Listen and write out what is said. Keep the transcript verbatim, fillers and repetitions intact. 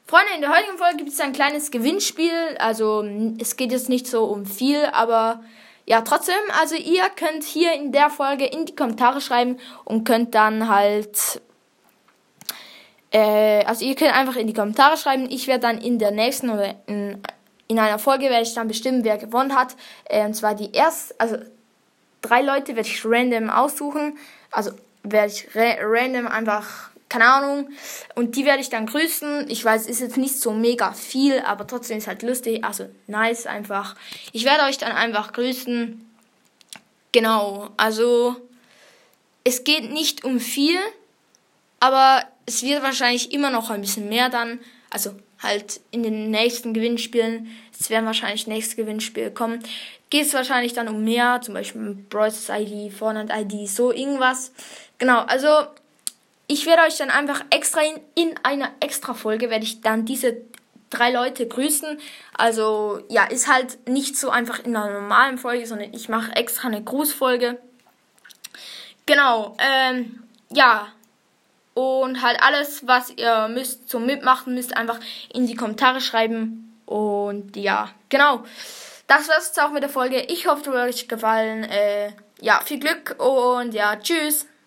Freunde, in der heutigen Folge gibt es ein kleines Gewinnspiel. Also es geht jetzt nicht so um viel, aber ja, trotzdem. Also ihr könnt hier in der Folge in die Kommentare schreiben und könnt dann halt... Äh, also ihr könnt einfach in die Kommentare schreiben. Ich werde dann in der nächsten oder in, in einer Folge werde ich dann bestimmen, wer gewonnen hat. Äh, und zwar die erste, also drei Leute werde ich random aussuchen. Also werde ich ra- random einfach... Keine Ahnung. Und die werde ich dann grüßen. Ich weiß, es ist jetzt nicht so mega viel, aber trotzdem ist halt lustig. Also nice einfach. Ich werde euch dann einfach grüßen. Genau. Also es geht nicht um viel, aber es wird wahrscheinlich immer noch ein bisschen mehr dann. Also halt in den nächsten Gewinnspielen. Es werden wahrscheinlich nächste Gewinnspiele kommen. Geht es wahrscheinlich dann um mehr. Zum Beispiel Brawl Stars I D, Fortnite I D, so irgendwas. Genau. Also ich werde euch dann einfach extra in, in einer extra Folge werde ich dann diese drei Leute grüßen. Also ja, ist halt nicht so einfach in einer normalen Folge, sondern ich mache extra eine Grußfolge. Genau, ähm, ja. Und halt alles, was ihr müsst zum Mitmachen, müsst einfach in die Kommentare schreiben. Und ja, genau. Das war's jetzt auch mit der Folge. Ich hoffe, es hat euch gefallen. Äh, ja, viel Glück und ja, tschüss.